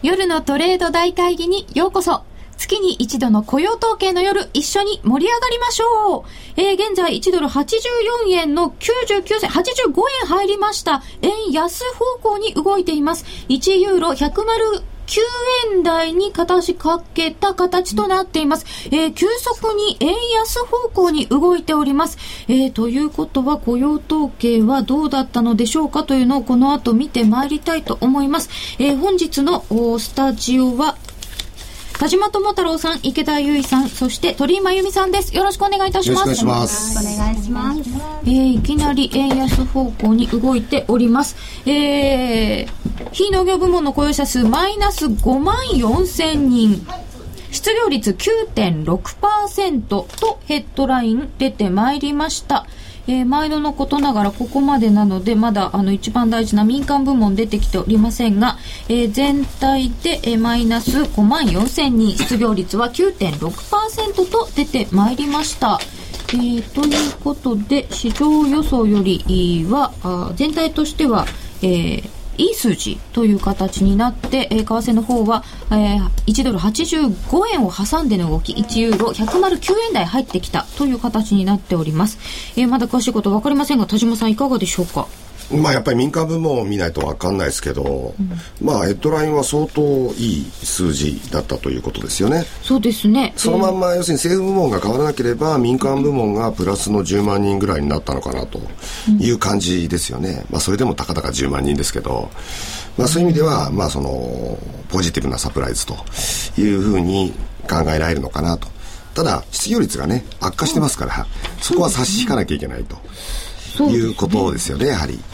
夜のトレード大会議にようこそ。月に一度の雇用統計の夜、一緒に盛り上がりましょう。現在1ドル84円の99銭、85円入りました。円安方向に動いています。1ユーロ109円台に片足かけた形となっています。急速に円安方向に動いております。ということは雇用統計はどうだったのでしょうかというのをこの後見てまいりたいと思います。本日のスタジオは田島智太郎さん、池田優衣さん、そして鳥居真由美さんです。よろしくお願いいたします。 よろしくお願いします。 お願いします。 いきなり円安方向に動いております。非農業部門の雇用者数マイナス5万4000人。失業率 9.6% とヘッドライン出てまいりました。毎度のことながらここまでなのでまだ一番大事な民間部門出てきておりませんが、全体で、マイナス5万4000人、失業率は 9.6% と出てまいりました。ということで市場予想よりは全体としてはいい数字という形になって、為替の方は、1ドル85円を挟んでの動き、1ユーロ109円台入ってきたという形になっております。まだ詳しいことは分かりませんが、田島さんいかがでしょうか。 やっぱり民間部門を見ないと分かんないですけど、ヘッドラインは相当いい数字だったということですよね。 そうですね。 そのまんま要するに政府部門が変わらなければ民間部門がプラスの10万人ぐらいになったのかなという感じですよね。それでもたかだか10万人ですけど、そういう意味ではそのポジティブなサプライズというふうに考えられるのかなと。ただ失業率がね悪化してますから、そこは差し引かなきゃいけないということですよね、やはり。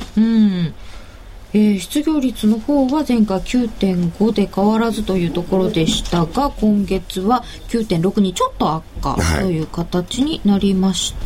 失業率の方は前回 9.5 で変わらずというところでしたが、今月は 9.6 にちょっと悪化という形になりました。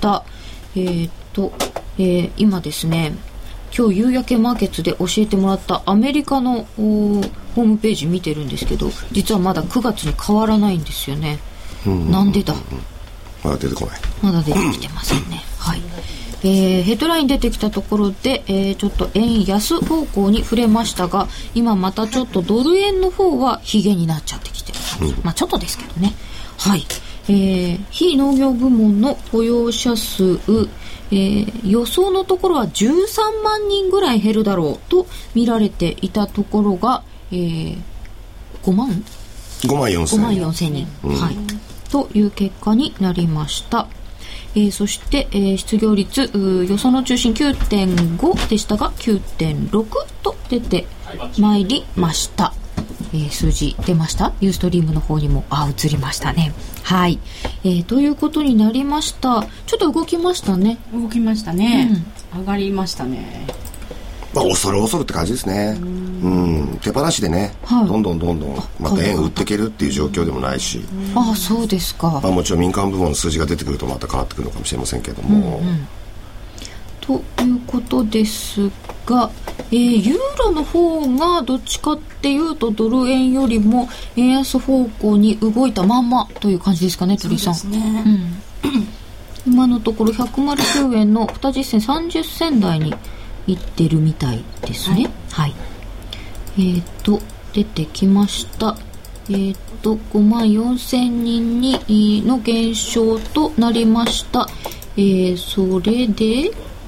今ですね、今日夕焼けマーケッツで教えてもらったアメリカのホームページ見てるんですけど、実はまだ9月に変わらないんですよね。なんでだ。 まだ出てこない。 まだ出てきてませんね。はい。ヘッドライン出てきたところで、ちょっと円安方向に触れましたが、今またちょっとドル円の方はヒゲになっちゃってきてる、ちょっとですけどね。はい。非農業部門の雇用者数、予想のところは13万人ぐらい減るだろうと見られていたところが、5万4千人、はい、という結果になりました。そして、失業率予想の中心 9.5 でしたが 9.6 と出てまいりました。数字出ました。ユーストリームの方にも映りましたね。はい、ということになりました。ちょっと動きましたね。 動きましたね、上がりましたね。 恐る恐るって感じですね。手放しでね、どんどんまた円売っていけるっていう状況でもないし、 そうですか。 もちろん民間部門の数字が出てくるとまた変わってくるのかもしれませんけれども、 ということですが、ユーロの方がどっちかっていうとドル円よりも円安方向に動いたまんまという感じですかね、鳥居さん。そうですね。今のところ109円の20実線30銭台にいってるみたいですね。はい。出てきました。5万4000人にの減少となりました。それで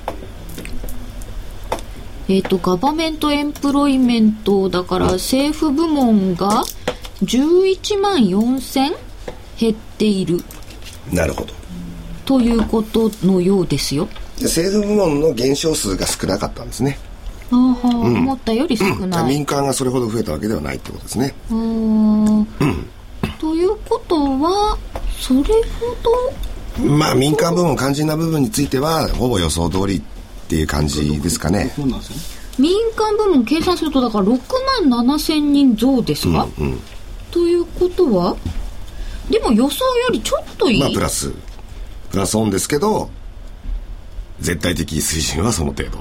ガバメントエンプロイメントだから政府部門が11万4000減っている。 なるほど。 ということのようですよ。 政府部門の減少数が少なかったんですね。 思ったより少ない。 民間がそれほど増えたわけではないってことですね。 ということはそれほど民間部門肝心な部分についてはほぼ予想通りっていう感じですかね。 民間部門計算するとだから6万7千人増ですか、ということはでも予想よりちょっといい、 プラスオンですけど絶対的水準はその程度。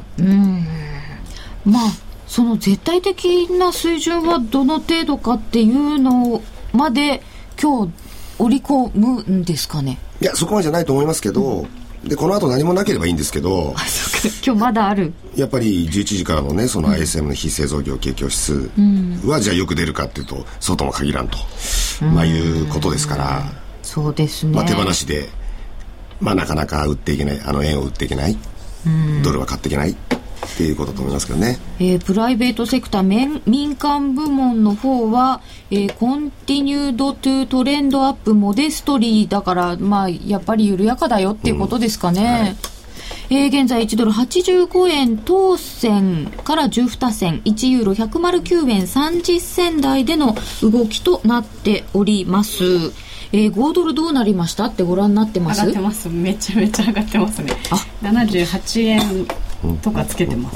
その絶対的な水準はどの程度かっていうのまで今日織り込むんですかね。 いやそこまでじゃないと思いますけど、 でこの後何もなければいいんですけど今日まだある。 やっぱり11時からのねその ISM の非製造業景況指数はじゃあよく出るかっていうとそうとも限らんと、いうことですから、 そうですね、 手放しで、なかなか売っていけない、円を売っていけない、ドルは買っていけないっていうことだと思いますけどね。 プライベートセクター民間部門の方は、コンティニュードトゥトレンドアップモデストリーだから、やっぱり緩やかだよっていうことですかね。現在1ドル85円当選から12銭、1ユーロ109円30銭台での動きとなっております。5ドルどうなりましたってご覧になってます？ 上がってます。めちゃめちゃ上がってますね。78円とかつけてます。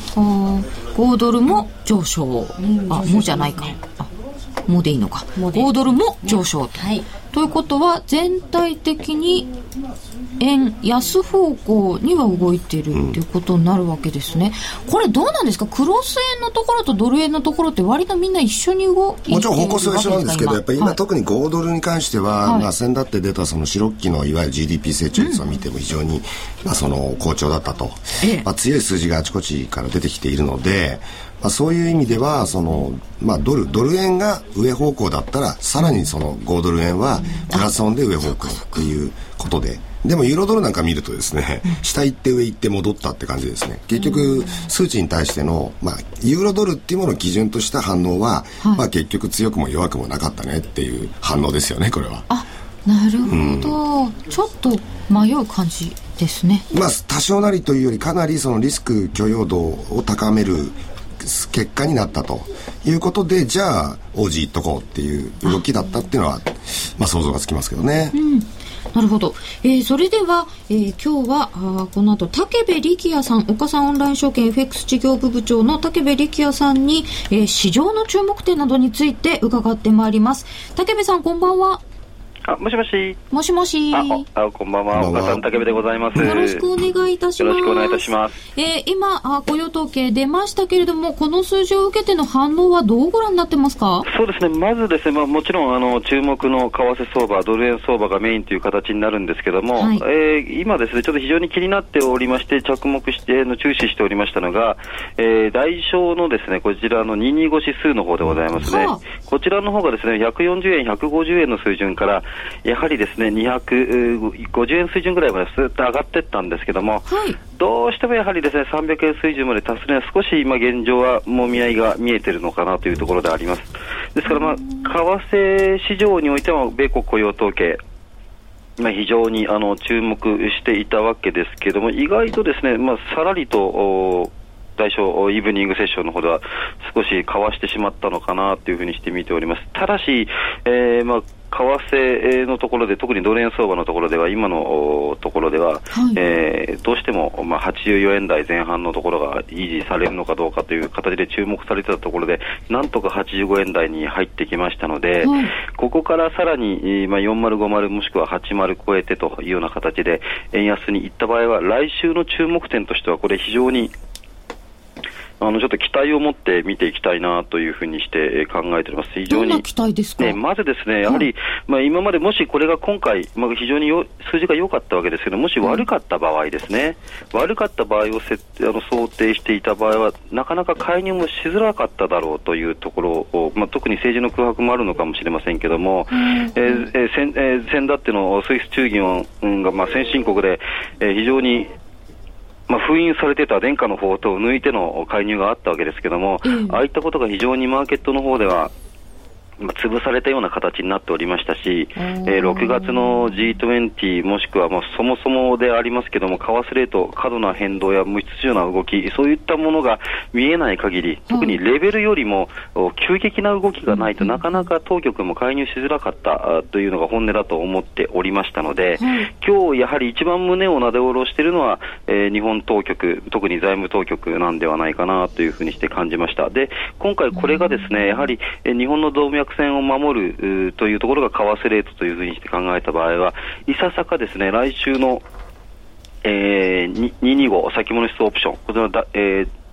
5ドルも上昇。もうじゃないか。もうでいいのか。5ドルも上昇と。ということは全体的に円安方向には動いているということになるわけですね。これどうなんですか？クロス円のところとドル円のところって割とみんな一緒に動いているもちろん方向性は一緒なんですけど、やっぱり今、特に5ドルに関しては、先だって出たその四六期のいわゆる GDP 成長率を見ても非常に、その好調だったと、強い数字があちこちから出てきているので、そういう意味ではその、ドル円が上方向だったらさらにその5ドル円はプラスオンで上方向ということで、でもユーロドルなんか見るとですね、下行って上行って戻ったって感じですね。結局数値に対しての、ユーロドルっていうものを基準とした反応は、結局強くも弱くもなかったねっていう反応ですよね、これは。 なるほど、ちょっと迷う感じですね。 多少なりというよりかなりそのリスク許容度を高める結果になったということで、じゃあ王子いっとこうっていう動きだったっていうのは、想像がつきますけどね。 なるほど。それでは、今日はこの後武部力也さん、岡さんオンライン証券 FX 事業部部長の武部力也さんに、市場の注目点などについて伺ってまいります。武部さん、こんばんは。 もしもし。 もしもし。 こんばんは。岡さん、武部でございます。 よろしくお願いいたします。 よろしくお願いいたします。 今、雇用統計出ましたけれども、この数字を受けての反応はどうご覧になってますか？ そうですね。まずですね、もちろん、注目の為替相場、ドル円相場がメインという形になるんですけども、今ですね、ちょっと非常に気になっておりまして、着目して、注視しておりましたのが、代償のですね、こちらの225指数の方でございますね。こちらの方がですね、140円、150円の水準から、やはりですね、250円水準ぐらいまでスーッと上がっていったんですけども、どうしてもやはりですね、300円水準まで達するには少し今現状はもみ合いが見えているのかなというところであります。ですから、為替市場においては米国雇用統計、非常に注目していたわけですけども、意外とですね、さらりと代償イブニングセッションの方では少しかわしてしまったのかなというふうにして見ております。ただし、為替のところで、特にドル円相場のところでは、今のところでは、どうしても、84円台前半のところが維持されるのかどうかという形で注目されていたところで、なんとか85円台に入ってきましたので、ここからさらに、40、50もしくは80超えてというような形で円安にいった場合は、来週の注目点としてはこれ非常にちょっと期待を持って見ていきたいなというふうにして考えております。非常にどんな期待ですか？ まずですね、やはり、今までもしこれが今回、非常に数字が良かったわけですけど、もし悪かった場合ですね、悪かった場合を想定していた場合は、なかなか介入もしづらかっただろうというところを、特に政治の空白もあるのかもしれませんけども、先だってのスイス中銀が、先進国で、非常に封印されていた伝家の宝刀を抜いての介入があったわけですけども、ああいったことが非常にマーケットの方では潰されたような形になっておりましたし、6月の G20 もしくはそもそもでありますけども、為替レート過度な変動や無秩序な動き、そういったものが見えない限り、特にレベルよりも急激な動きがないとなかなか当局も介入しづらかったというのが本音だと思っておりましたので、今日やはり一番胸をなで下ろしているのは、日本当局、特に財務当局なんではないかなというふうにして感じました。で、今回これがですね、やはり日本の動脈線を守るというところが為替レートというふうにして考えた場合は、いささかですね、来週の、225先物指数オプション、こちら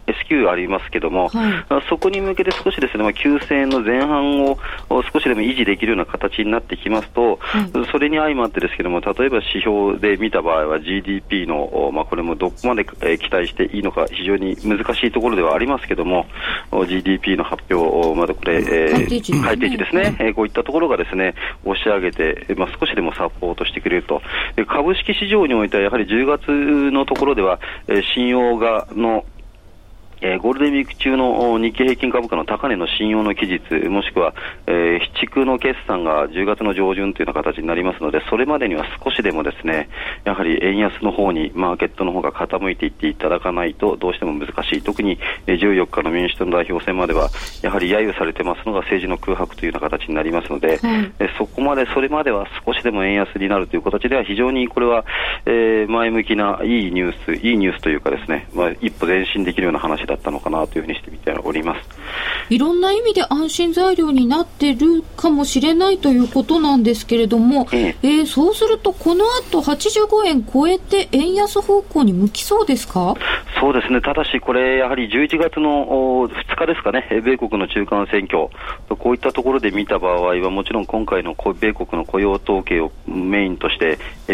S q ありますけども、そこに向けて少しですね、9000円の前半を少しでも維持できるような形になってきますと、それに相まってですけども、例えば指標で見た場合は GDP の、これもどこまで期待していいのか非常に難しいところではありますけども、GDP の発表、まだこれ、改定値ですね、こういったところがですね、押し上げて、少しでもサポートしてくれると。株式市場においてはやはり10月のところでは、信用がのゴールデンウィーク中の日経平均株価の高値の信用の期日、もしくは、非畜の決算が10月の上旬というような形になりますので、それまでには少しでもですね、やはり円安の方にマーケットの方が傾いていっていただかないとどうしても難しい。特に14日の民主党の代表選まではやはり揶揄されてますのが政治の空白というような形になりますので、それまでは少しでも円安になるという形では非常にこれは、前向きないいニュースというかですね、一歩前進できるような話だったのかなというふうにしてみております。 いろんな意味で安心材料になっているかもしれないということなんですけれども、そうするとこの後85円超えて円安方向に向きそうですか？ そうですね。ただしこれやはり11月の2日ですかね、米国の中間選挙、こういったところで見た場合はもちろん今回の米国の雇用統計をメインとして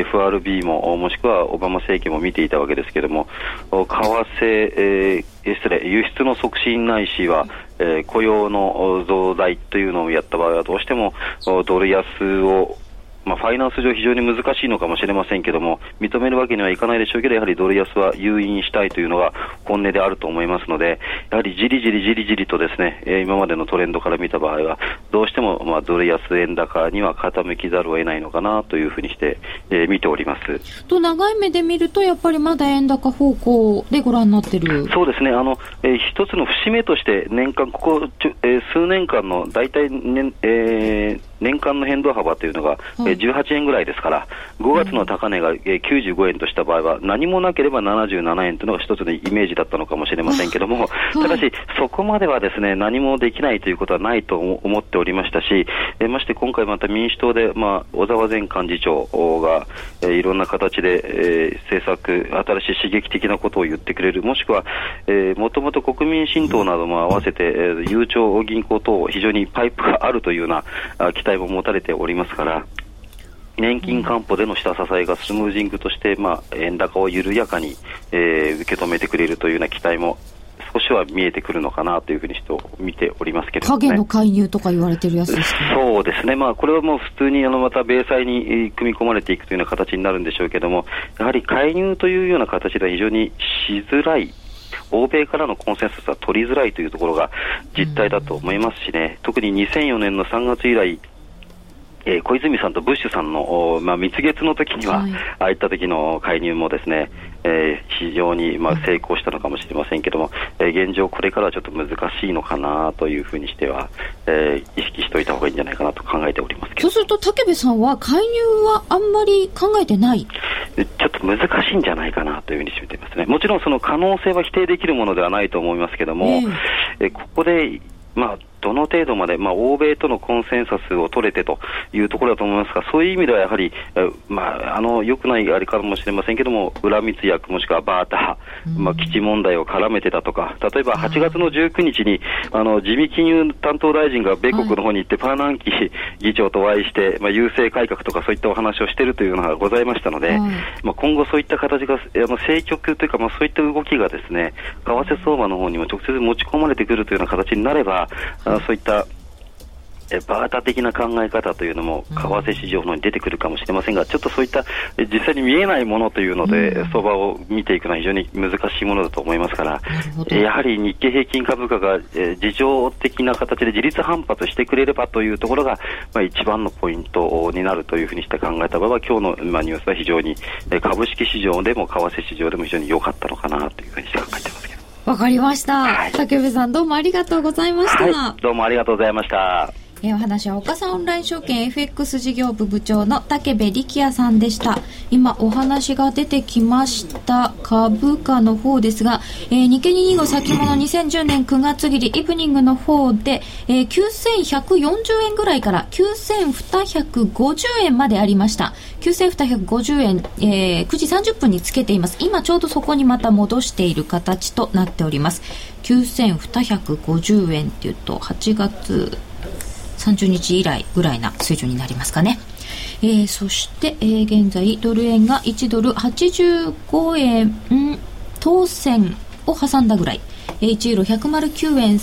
FRB もしくはオバマ政権も見ていたわけですけれども、為替、輸出の促進ないしは、雇用の増大というのをやった場合はどうしてもドル安をファイナンス上非常に難しいのかもしれませんけども、認めるわけにはいかないでしょうけど、やはりドル安は誘引したいというのが本音であると思いますので、やはりじりじりとですね、今までのトレンドから見た場合はどうしてもドル安円高には傾きざるを得ないのかなというふうにして、見ております。 と長い目で見るとやっぱりまだ円高方向でご覧になってる。 そうですね。一つの節目として年間数年間の大体年間の変動幅というのが、18円ぐらいですから、5月の高値が95円とした場合は何もなければ77円というのが一つのイメージだったのかもしれませんけども、ただしそこまではですね、何もできないということはないと思っておりましたし、まして今回また民主党で、小沢前幹事長が、いろんな形で、政策、新しい刺激的なことを言ってくれる、もしくは、もともと国民新党なども合わせて、ゆうちょ銀行等非常にパイプがあるというような期待も持たれておりますから、年金還付での下支えがスムージングとして、円高を緩やかに、受け止めてくれるというような期待も少しは見えてくるのかなというふうにして見ておりますけれどもね。 影の介入とか言われてるやつですか？ そうですね。これはもう普通にまた米債に組み込まれていくというような形になるんでしょうけども、やはり介入というような形では非常にしづらい、欧米からのコンセンサスは取りづらいというところが実態だと思いますしね、特に2004年の3月以来、小泉さんとブッシュさんの、蜜月の時には、ああいった時の介入もですね、非常に成功したのかもしれませんけども、現状これからはちょっと難しいのかなというふうにしては、意識しておいた方がいいんじゃないかなと考えておりますけど、 そうすると武部さんは介入はあんまり考えてない？ ちょっと難しいんじゃないかなというふうにしていますね。もちろんその可能性は否定できるものではないと思いますけども、ここでどの程度まで、欧米とのコンセンサスを取れてというところだと思いますが、そういう意味ではやはり、良くないあれかもしれませんけども、裏密約もしくはバーター、基地問題を絡めてたとか、例えば8月の19日に自見金融担当大臣が米国の方に行って、パーナンキ議長とお会いして、郵政改革とかそういったお話をしているというのがございましたので、今後そういった形が政局というか、そういった動きがですね、為替相場の方にも直接持ち込まれてくるというような形になれば、そういったバータ的な考え方というのも為替市場の方に出てくるかもしれませんが、ちょっとそういった実際に見えないものというので、相場を見ていくのは非常に難しいものだと思いますから、やはり日経平均株価が自浄的な形で自立反発してくれればというところが、一番のポイントになるというふうにして考えた場合は、今日のニュースは非常に株式市場でも為替市場でも非常に良かったのかなというふうにして考えていますけど。 わかりました。武部さんどうもありがとうございました。 どうもありがとうございました。 お話は岡さんオンライン証券 FX 事業部部長の武部力也さんでした。今お話が出てきました株価の方ですが、日経225先物2010年9月切りイブニングの方で、9140円ぐらいから9250円までありました。9250円、9時30分につけています。今ちょうどそこにまた戻している形となっております。9250円っていうと8月30日以来ぐらいな水準になりますかね。そして、現在ドル円が1ドル85円当選を挟んだぐらい、1ユーロ109円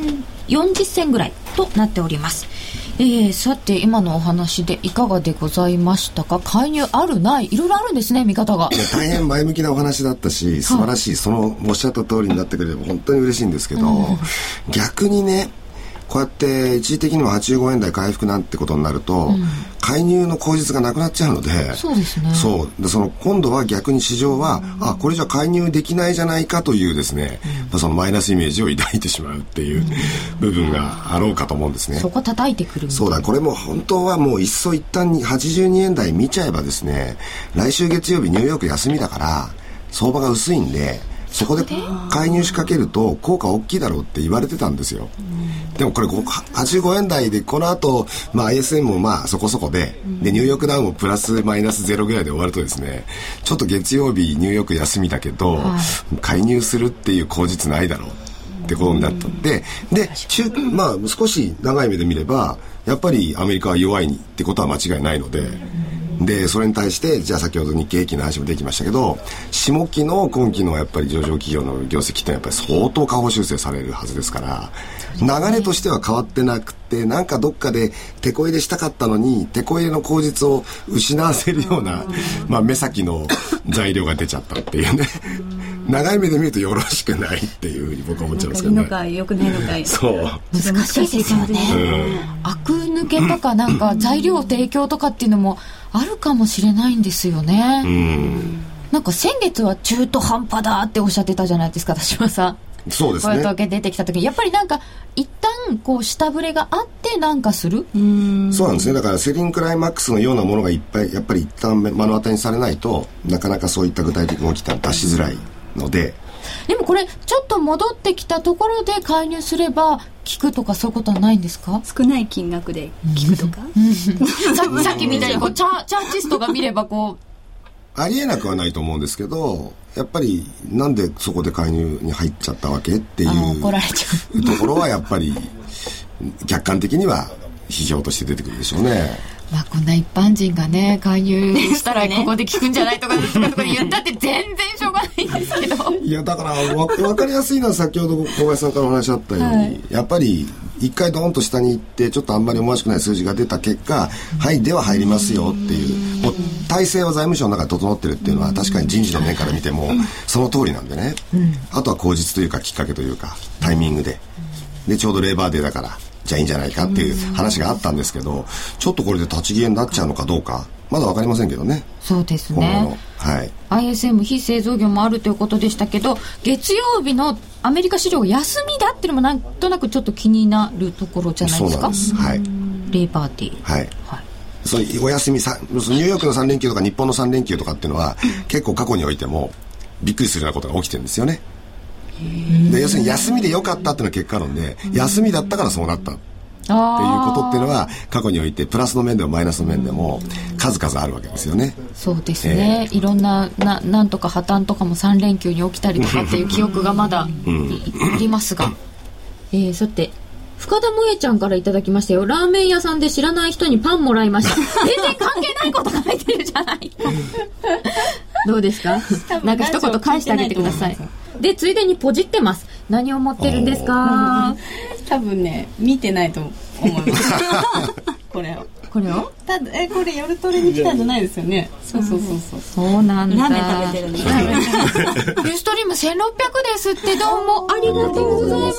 40銭ぐらいとなっております。さて今のお話でいかがでございましたか？介入あるないいろいろあるんですね、見方が。 大変前向きなお話だったし素晴らしい、そのおっしゃった通りになってくれれば本当に嬉しいんですけど、逆にねこうやって一時的にも85円台回復なんてことになると、介入の口実がなくなっちゃうので、 そうですね。 そうで今度は逆に市場は、これじゃ介入できないじゃないかというですね、そのマイナスイメージを抱いてしまうっていう部分があろうかと思うんですね。 そこ叩いてくるみたいな。 そうだ、これも本当はもう一旦に82円台見ちゃえばですね、来週月曜日ニューヨーク休みだから相場が薄いんで、そこで介入しかけると効果大きいだろうって言われてたんですよ。でもこれ85円台でこの後、ISM もそこそこで、ニューヨークダウンもプラスマイナスゼロぐらいで終わるとですね、ちょっと月曜日ニューヨーク休みだけど、介入するっていう口実ないだろうってことになったんで、少し長い目で見ればやっぱりアメリカは弱いってことは間違いないので、でそれに対してじゃあ先ほど日経平均の話もできましたけど、下期の今期のやっぱり上場企業の業績ってやっぱり相当下方修正されるはずですから、流れとしては変わってなくて、なんかどっかで手こ入れしたかったのに手こ入れの口実を失わせるような、目先の材料が出ちゃったっていうね長い目で見るとよろしくないっていうふうに僕は思っちゃいますけどね。 いいのか良くないのかそう難しいですよね。悪抜けとかなんか材料提供とかっていうのもあるかもしれないんですよね。なんか先月は中途半端だっておっしゃってたじゃないですか、田島さん。 そうですね。 こういう統計出てきた時にやっぱりなんか一旦こう下振れがあってなんかする。 そうなんですね。だからセリングクライマックスのようなものがいっぱいやっぱり一旦目の当たりにされないとなかなかそういった具体的な動きって出しづらいので。 でもこれちょっと戻ってきたところで介入すれば効くとかそういうことはないんですか？ 少ない金額で効くとかさっきみたいにチャーチストが見ればこうありえなくはないと思うんですけど、やっぱりなんでそこで介入に入っちゃったわけっていう怒られちゃうところはやっぱり客観的には指標として出てくるでしょうね。 こんな一般人がね介入したらここで効くんじゃないとか言ったって全然しょうがないんですけどいやだから分かりやすいのは先ほど小林さんからお話あったように、やっぱり一回ドーンと下に行ってちょっとあんまり思わしくない数字が出た結果、はいでは入りますよっていう、もう体制は財務省の中で整ってるっていうのは確かに人事の面から見てもその通りなんでね、あとは口実というかきっかけというかタイミングでちょうどレーバーデーだからじゃあいいんじゃないかっていう話があったんですけど、ちょっとこれで立ち消えになっちゃうのかどうかまだ分かりませんけどね。 そうですね。 はい、 ISM 非製造業もあるということでしたけど、月曜日のアメリカ市場が休みだっていうのもなんとなくちょっと気になるところじゃないですか。 そうなんです、はい、 レイバーデー、 はいはい、そのお休みニューヨークの3連休とか日本の3連休とかっていうのは結構過去においてもびっくりするようなことが起きてるんですよね。で要するに休みで良かったっていうのは結果論で、休みだったからそうなったっていうことっていうのは過去においてプラスの面でもマイナスの面でも数々あるわけですよね。 そうですね、いろんなんとか破綻とかも3連休に起きたりとかっていう記憶がまだありますが、さて深田萌ちゃんからいただきましたよ。ラーメン屋さんで知らない人にパンもらいました。全然関係ないこと書いてるじゃないどうですか？なんか一言返してあげてください。でついでにポジってます。何を持ってるんですか？ 多分ね見てないと思いますこれをこれ夜トレに来たんじゃないですよね。そうなんだ。 ラーメン食べてるんですユーストリーム1600ですって。どうもありがとうございます。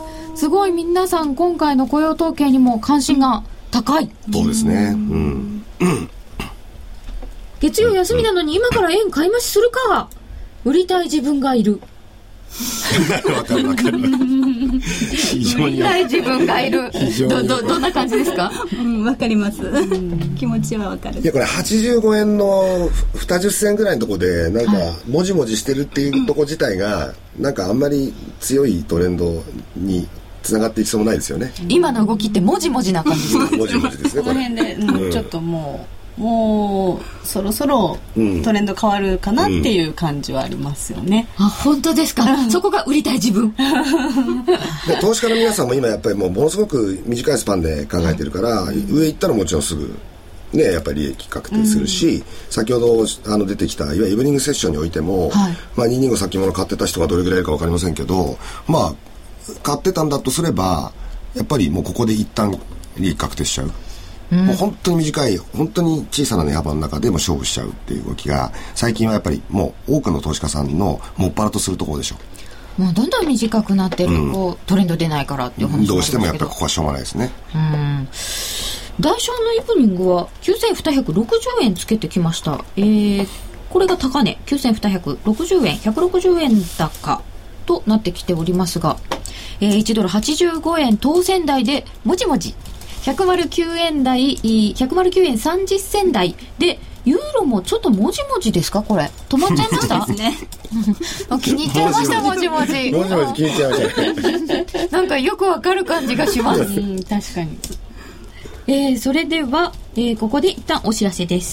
すごい皆さん今回の雇用統計にも関心が高い。 そうですね、 月曜休みなのに今から円買い増しするか。売りたい自分がいるわかる非常にない自分がいる。どんな感じですか？ わかります。気持ちはわかる。 いやこれ85円の20銭ぐらいのところでなんかもじもじしてるっていうところ自体がなんかあんまり強いトレンドにつながっていきそうもないですよね。 今の動きってもじもじな感じですか？ もじもじですね。 この辺で、ちょっともうそろそろトレンド変わるかなっていう感じはありますよね。 あ、本当ですか？そこが売りたい自分。 で投資家の皆さんも今やっぱりものすごく短いスパンで考えてるから、上行ったらもちろんすぐね、やっぱり利益確定するし、先ほど出てきたいわゆるイブニングセッションにおいても、225先物買ってた人がどれぐらいいるか分かりませんけど、買ってたんだとすればやっぱりもうここで一旦利益確定しちゃう、もう本当に短い本当に小さな値幅の中でも勝負しちゃうっていう動きが最近はやっぱりもう多くの投資家さんのもっぱらとするところでしょう。 もうどんどん短くなってる、トレンド出ないからっていう話なんですけど、 どうしてもやっぱりここはしょうがないですね。 代償のイブニングは9260円つけてきました。これが高値9260円160円高となってきておりますが、1ドル85円当選台でもじもじ109円台109円30銭台で、ユーロもちょっともじもじですか？これ止まっちゃいました？ ですね。 気に入っちゃいました。もじもじもじもじ気に入っちゃいましたなんかよくわかる感じがします。 確かに。 それでは、ここで一旦お知らせです。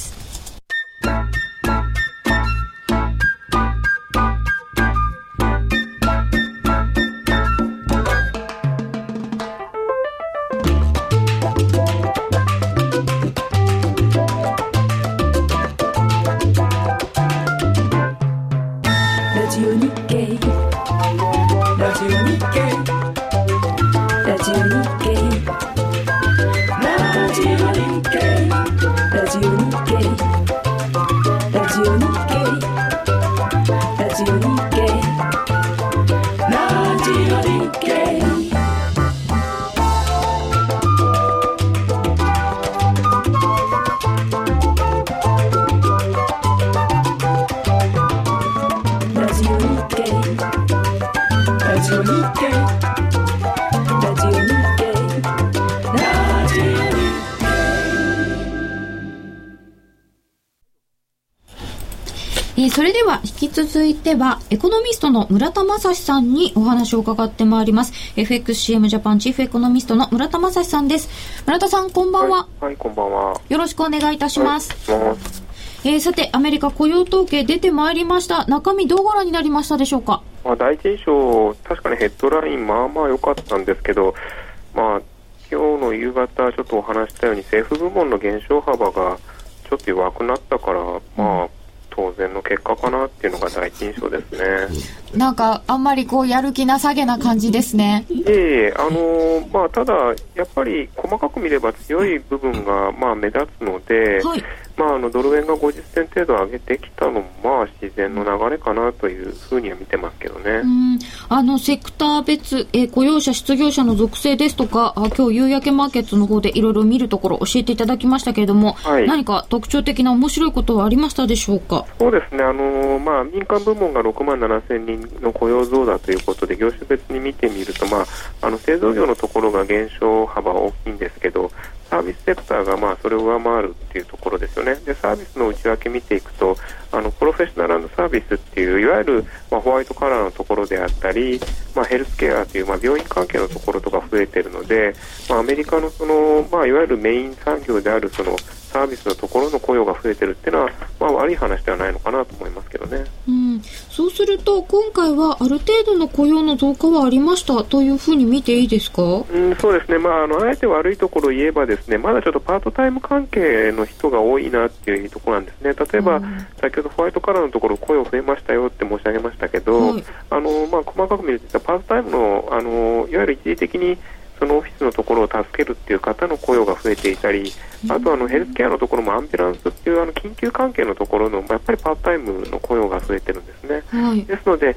それでは引き続いてはエコノミストの村田正史さんにお話を伺ってまいります。 FXCM ジャパンチーフエコノミストの村田正史さんです。村田さん、こんばんは。 はい、こんばんは。 よろしくお願いいたします。さて、アメリカ雇用統計出てまいりました。中身どうご覧になりましたでしょうか？ 第一印象、確かにヘッドラインまあまあ良かったんですけど、今日の夕方ちょっとお話したように政府部門の減少幅がちょっと弱くなったから、当然の結果かなっていうのが第一印象ですね。 なんかあんまりやる気なさげな感じですね。 ただやっぱり細かく見れば強い部分が目立つので、ドル円が50銭程度上げてきたのも自然の流れかなというふうには見てますけどね。 セクター別、雇用者失業者の属性ですとか、今日夕焼けマーケットの方でいろいろ見るところ教えていただきましたけれども、何か特徴的な面白いことはありましたでしょうか？ そうですね、民間部門が6万7000人の雇用増だということで業種別に見てみると、製造業のところが減少幅大きいんですけど、サービスセクターがそれを上回るっていうところですよね。でサービスの内訳見ていくと、プロフェッショナルサービスっていういわゆる、ホワイトカラーのところであったり、ヘルスケアという、病院関係のところとか増えているので、アメリカのいわゆるメイン産業であるサービスのところの雇用が増えてるっていうのは、悪い話ではないのかなと思いますけどね。 そうすると今回はある程度の雇用の増加はありましたというふうに見ていいですか？ そうですね、あえて悪いところを言えばですね、まだちょっとパートタイム関係の人が多いなっていうところなんですね。例えば、先ほどホワイトカラーのところ雇用増えましたよって申し上げましたけど、細かく見るとパートタイムの、いわゆる一時的にそのオフィスのところを助けるっていう方の雇用が増えていたり、あとヘルスケアのところもアンビュランスっていう緊急関係のところのやっぱりパートタイムの雇用が増えてるんですね。ですので、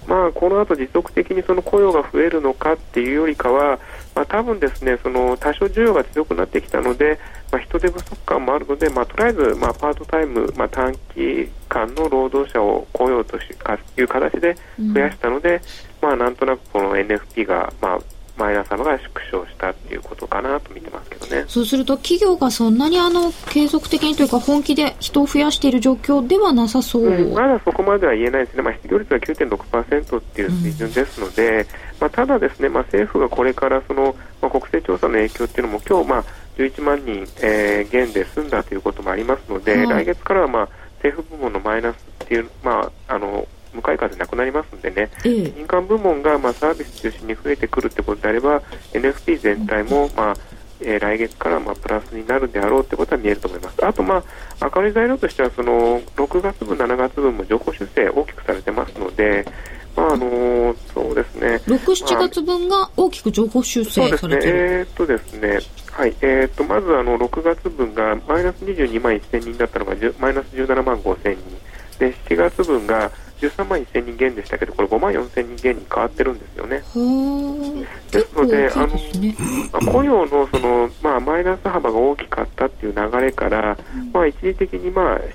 この後持続的にその雇用が増えるのかっていうよりかは、多分ですね、その多少需要が強くなってきたので、人手不足感もあるので、とりあえず、パートタイム、短期間の労働者を雇用という形で増やしたので、なんとなくこの NFP が、マイナス幅が縮小したっていうことかなと見てますけどね。 そうすると企業がそんなに継続的にというか本気で人を増やしている状況ではなさそう、 まだそこまでは言えないですね。失業率は 9.6% っていう水準ですので、ただですね、政府がこれからその、国勢調査の影響っていうのも今日、11万人、減で済んだということもありますので、来月からは、政府部門のマイナスっていう、向かい風なくなりますのでね、民間部門がサービス中心に増えてくるってことであれば NFP 全体も、来月からプラスになるであろうってことは見えると思います。あと、明るい材料としてはその6月分7月分も上方修正大きくされてますので、そうですね、 6、7月分が大きく上方修正されてる。 ですね、はい、まず6月分がマイナス22万1000人だったのがマイナス17万5000人で、7月分が13万1000人減でしたけど、これ5万4000人減に変わってるんですよね。ですので、雇用のその、マイナス幅が大きかったっていう流れから、一時的に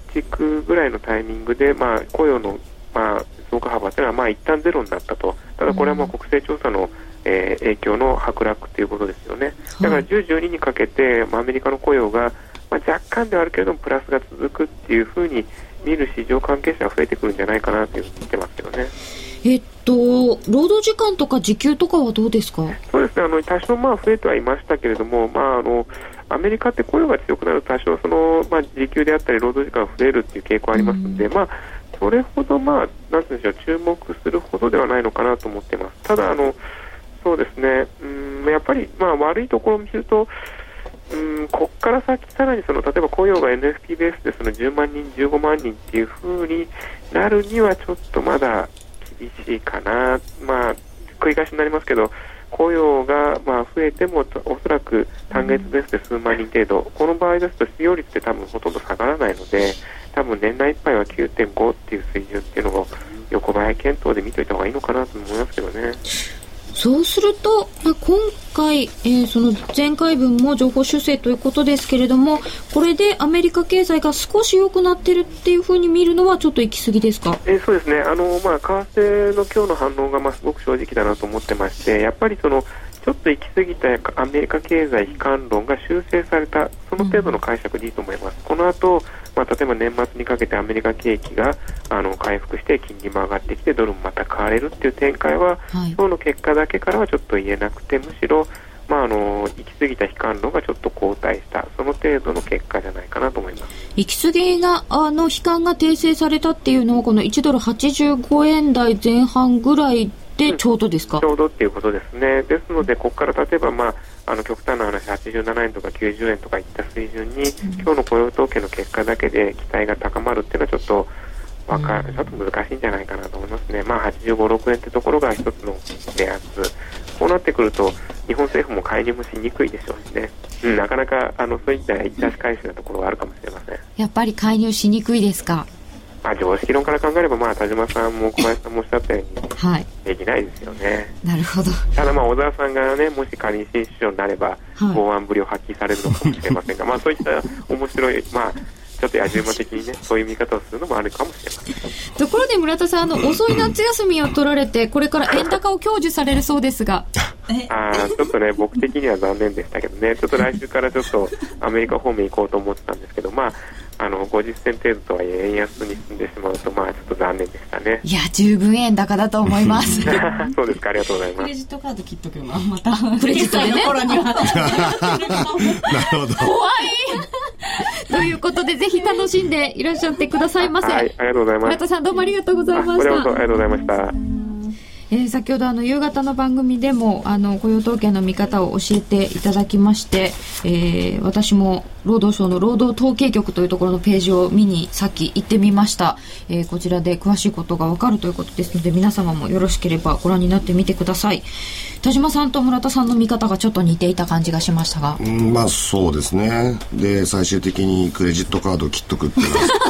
7、9ぐらいのタイミングで、雇用の、増加幅というのは一旦ゼロになったと。ただこれは国勢調査の、影響の剥落ということですよね。だから10、12にかけて、アメリカの雇用が、若干ではあるけれどもプラスが続くっていうふうに見る市場関係者が増えてくるんじゃないかなというふうに見てますけどね。 労働時間とか時給とかはどうですか？ そうですね、多少増えてはいましたけれども、アメリカって雇用が強くなると多少その、時給であったり労働時間が増えるっていう傾向ありますので、それほどなんていうんでしょう、注目するほどではないのかなと思っています。ただそうですね、やっぱり悪いところを見ると、ここから先さらにその例えば雇用が NFP ベースでその10万人15万人っていう風になるにはちょっとまだ厳しいかな。繰り返しになりますけど、雇用が増えてもおそらく単月ベースで数万人程度、この場合ですと失業率って多分ほとんど下がらないので、多分年内いっぱいは 9.5 っていう水準っていうのを横ばい検討で見といた方がいいのかなと思いますけどね。 そうすると、今回、その前回分も情報修正ということですけれども、これでアメリカ経済が少し良くなってるっていうふうに見るのはちょっと行き過ぎですか？ そうですね、為替の今日の反応がすごく正直だなと思ってまして、やっぱりそのちょっと行き過ぎたアメリカ経済悲観論が修正された、その程度の解釈でいいと思います。この後、例えば年末にかけてアメリカ景気が回復して金利も上がってきてドルもまた買われるっていう展開は、今日の結果だけからはちょっと言えなくて、むしろ、行き過ぎた悲観論がちょっと後退した、その程度の結果じゃないかなと思います。 行き過ぎな悲観が訂正されたっていうのはこの1ドル85円台前半ぐらいでちょうどですか？ ちょうどっていうことですね。ですのでここから例えば極端な話87円とか90円とかいった水準に、今日の雇用統計の結果だけで期待が高まるっていうのはちょっと難しいんじゃないかなと思いますね。85、6円ってところが一つの目安。こうなってくると日本政府も介入もしにくいでしょうしね、なかなかそういった一出し返しなところはあるかもしれません。 やっぱり介入しにくいですか？ 常識論から考えれば、田島さんも小林さんもおっしゃったように、できないですよね。 なるほど。 ただ小沢さんがね、もし仮に新首相になれば、剛腕ぶりを発揮されるのかもしれませんが、そういった面白い、ちょっと野獣馬的にね、そういう見方をするのもあるかもしれません。 ところで村田さん、遅い夏休みを取られて、これから円高を享受されるそうですが。 ちょっとね、僕的には残念でしたけどね、ちょっと来週からちょっとアメリカ方面行こうと思ってたんですけど、50銭程度とはいえ円安に進んでしまうと、ちょっと残念でしたね。 いや、十分円高だと思いますそうですか、ありがとうございます。 クレジットカード切っとくよな、またクレジットでね頃にはなるほど。 怖いということで、ぜひ楽しんでいらっしゃってくださいませ。 はい、ありがとうございます。 村田さん、どうもありがとうございました。 ありがとうございました。 先ほど夕方の番組でも雇用統計の見方を教えていただきまして、私も労働省の労働統計局というところのページを見にさっき行ってみました。こちらで詳しいことがわかるということですので、皆様もよろしければご覧になってみてください。田島さんと村田さんの見方がちょっと似ていた感じがしましたが、 そうですね。で最終的にクレジットカードを切っとくっていうのは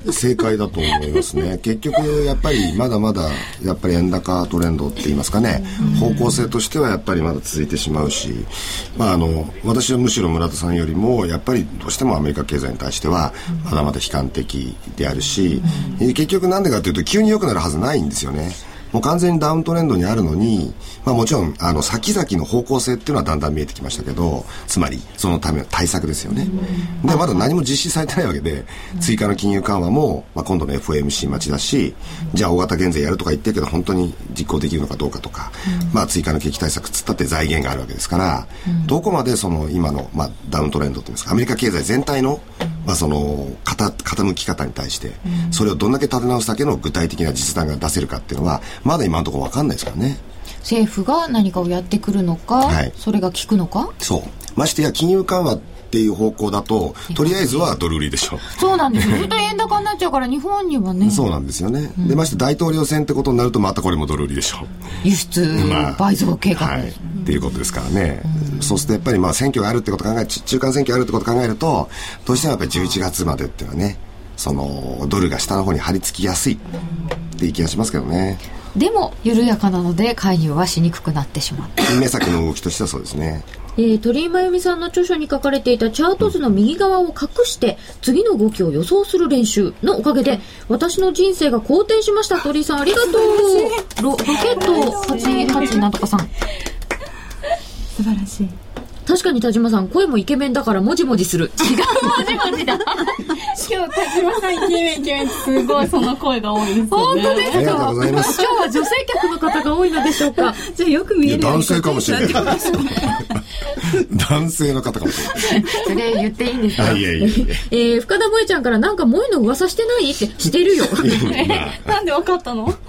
正解だと思いますね。結局やっぱりまだまだやっぱり円高トレンドって言いますかね、方向性としてはやっぱりまだ続いてしまうし、私はむしろ村田さんよりもやっぱりどうしてもアメリカ経済に対してはまだまだ悲観的であるし、結局なんでかというと急に良くなるはずないんですよね。もう完全にダウントレンドにあるのに、もちろん先々の方向性っていうのはだんだん見えてきましたけど、つまりそのための対策ですよね。でまだ何も実施されてないわけで、追加の金融緩和も、今度の FOMC 待ちだし、じゃあ大型減税やるとか言ってるけど本当に実行できるのかどうかとか、追加の景気対策つったって財源があるわけですから、どこまでその今の、ダウントレンドといいますか、アメリカ経済全体の、その傾き方に対して、それをどんだけ立て直すだけの具体的な実弾が出せるかっていうのはまだ今のところ分かんないですからね。 政府が何かをやってくるのか、それが効くのか。 そうましてや金融緩和っていう方向だととりあえずはドル売りでしょ。 そうなんですよ。ずっと円高になっちゃうから日本にはね。 そうなんですよね、でまして大統領選ってことになるとまたこれもドル売りでしょ。 輸出倍増計画、 っていうことですからね、そうするとやっぱり選挙があるってことを考え、中間選挙があるってことを考えると、どうしてもやっぱり11月までっていうのはね、そのドルが下の方に張り付きやすいっていう気がしますけどね。 でも緩やかなので介入はしにくくなってしまう。 金目先の動きとしてはそうですね。 鳥居真由美さんの著書に書かれていたチャート図の右側を隠して次の動きを予想する練習のおかげで私の人生が好転しました。鳥居さんありがとう。ロケット88なんとかさん素晴らしい。 確かに田島さん声もイケメンだからもじもじする。違うもじもじだ。 今日田島さんイケメンすごいその声が多いですよね。 本当ですか。 ありがとうございます。 今日は女性客の方が多いのでしょうか。 じゃあよく見えるように男性かもしれない。男性の方かもしれない。 それ言っていいんですか。 いやいやいや深田萌ちゃんからなんか萌の噂してないってしてるよ。 なんでわかったの。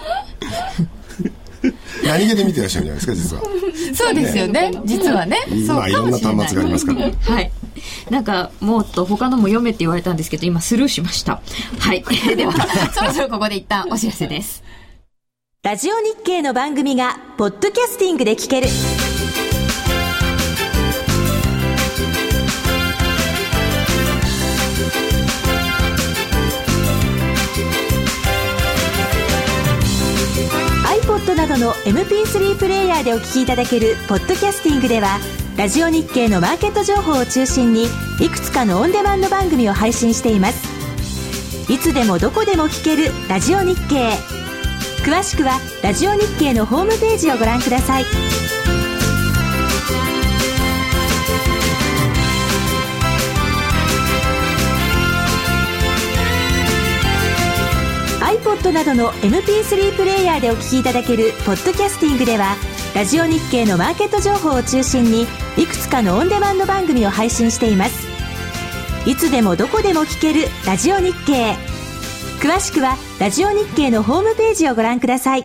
何気で見てらっしゃるんじゃないですか実は。 そうですよね、実はね。そういろんな端末がありますから。 はい。なんかもっと他のも読めって言われたんですけど今スルーしました。はい。ではそろそろここで一旦お知らせです。 ラジオ日経の番組がポッドキャスティングで聞ける。iPod などの MP3 プレイヤーでお聞きいただけるポッドキャスティングではラジオ日経のマーケット情報を中心にいくつかのオンデマンド番組を配信しています。いつでもどこでも聞けるラジオ日経。詳しくはラジオ日経のホームページをご覧ください。iPod などの MP3 プレイヤーでお聞きいただけるポッドキャスティングではラジオ日経のマーケット情報を中心にいくつかのオンデマンド番組を配信しています。いつでもどこでも聞けるラジオ日経。詳しくはラジオ日経のホームページをご覧ください。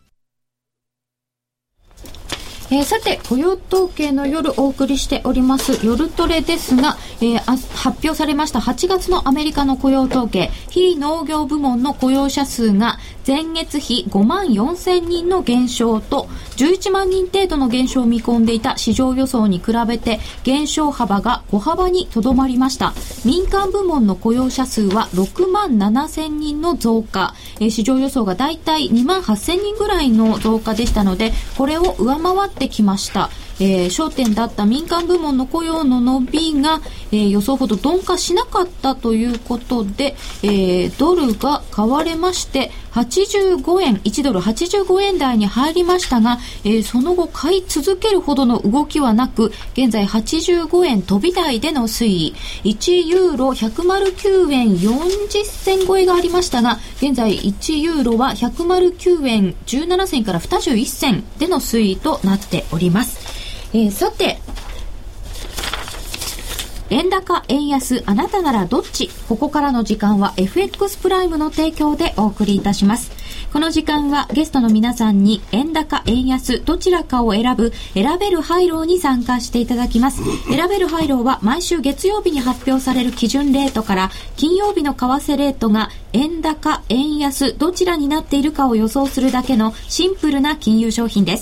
さて雇用統計の夜お送りしております夜トレですが、発表されました8月のアメリカの雇用統計、非農業部門の雇用者数が前月比5万4000人の減少と11万人程度の減少を見込んでいた市場予想に比べて減少幅が小幅にとどまりました。民間部門の雇用者数は6万7000人の増加、市場予想がだいたい2万8000人ぐらいの増加でしたのでこれを上回ってきました。焦点だった民間部門の雇用の伸びが、予想ほど鈍化しなかったということで、ドルが買われまして85円1ドル85円台に入りましたが、その後買い続けるほどの動きはなく現在85円飛び台での推移、1ユーロ109円40銭超えがありましたが現在1ユーロは109円17銭から21銭での推移となっております。さて円高円安あなたならどっち。ここからの時間は FX プライムの提供でお送りいたします。この時間はゲストの皆さんに円高円安どちらかを選べるハイローに参加していただきます。選べるハイローは毎週月曜日に発表される基準レートから金曜日の為替レートが円高円安どちらになっているかを予想するだけのシンプルな金融商品です。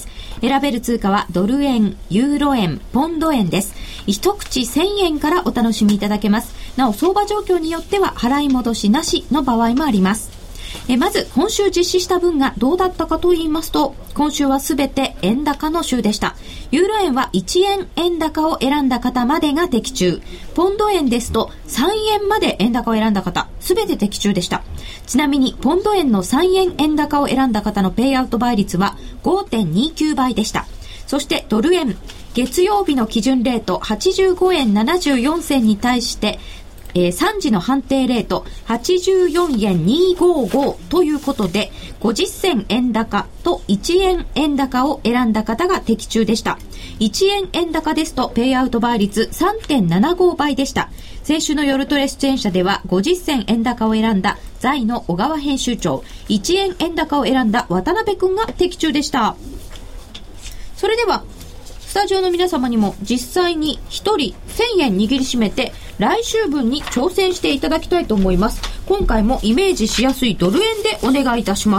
選べる通貨はドル円、ユーロ円、ポンド円です。一口1000円からお楽しみいただけます。なお相場状況によっては払い戻しなしの場合もあります。まず今週実施した分がどうだったかと言いますと、今週はすべて円高の週でした。ユーロ円は1円円高を選んだ方までが的中。ポンド円ですと3円まで円高を選んだ方、すべて的中でした。ちなみにポンド円の3円円高を選んだ方のペイアウト倍率は 5.29 倍でした。そしてドル円、月曜日の基準レート85円74銭に対して3時の判定レート84円255ということで、50銭円高と1円円高を選んだ方が的中でした。1円円高ですとペイアウト倍率 3.75 倍でした。先週の夜トレ出演者では50銭円高を選んだ財の小川編集長、1円円高を選んだ渡辺くんが的中でした。それではスタジオの皆様にも実際に1人1000円握りしめて来週分に挑戦していただきたいと思います。今回もイメージしやすいドル円でお願いいたします。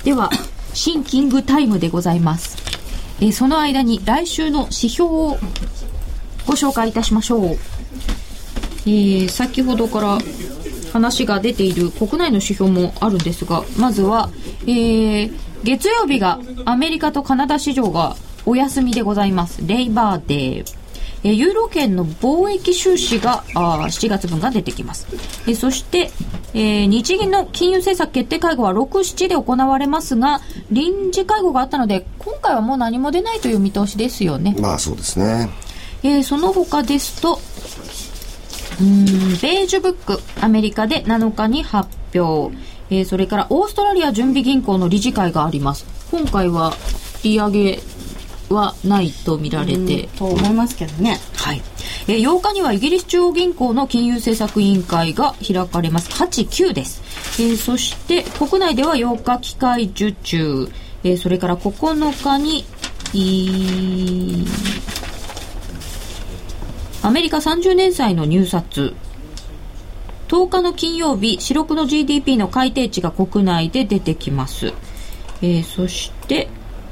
ではシンキングタイムでございます。その間に来週の指標をご紹介いたしましょう。先ほどから話が出ている国内の指標もあるんですが、まずは、月曜日がアメリカとカナダ市場がお休みでございます。レイバーデー。ユーロ圏の貿易収支が7月分が出てきます。そして、日銀の金融政策決定会合は6、7で行われますが、臨時会合があったので今回はもう何も出ないという見通しですよね。 まあそうですね。 その他ですとベージュブックアメリカで7日に発表、それからオーストラリア準備銀行の理事会があります。今回は利上げはないと見られてと思いますけどね。 はい。8日にはイギリス中央銀行の金融政策委員会が開かれます。8、9です。そして国内では8日機械受注、それから9日にアメリカ30年債の入札、10日の金曜日四六の GDP の改定値が国内で出てきます。そして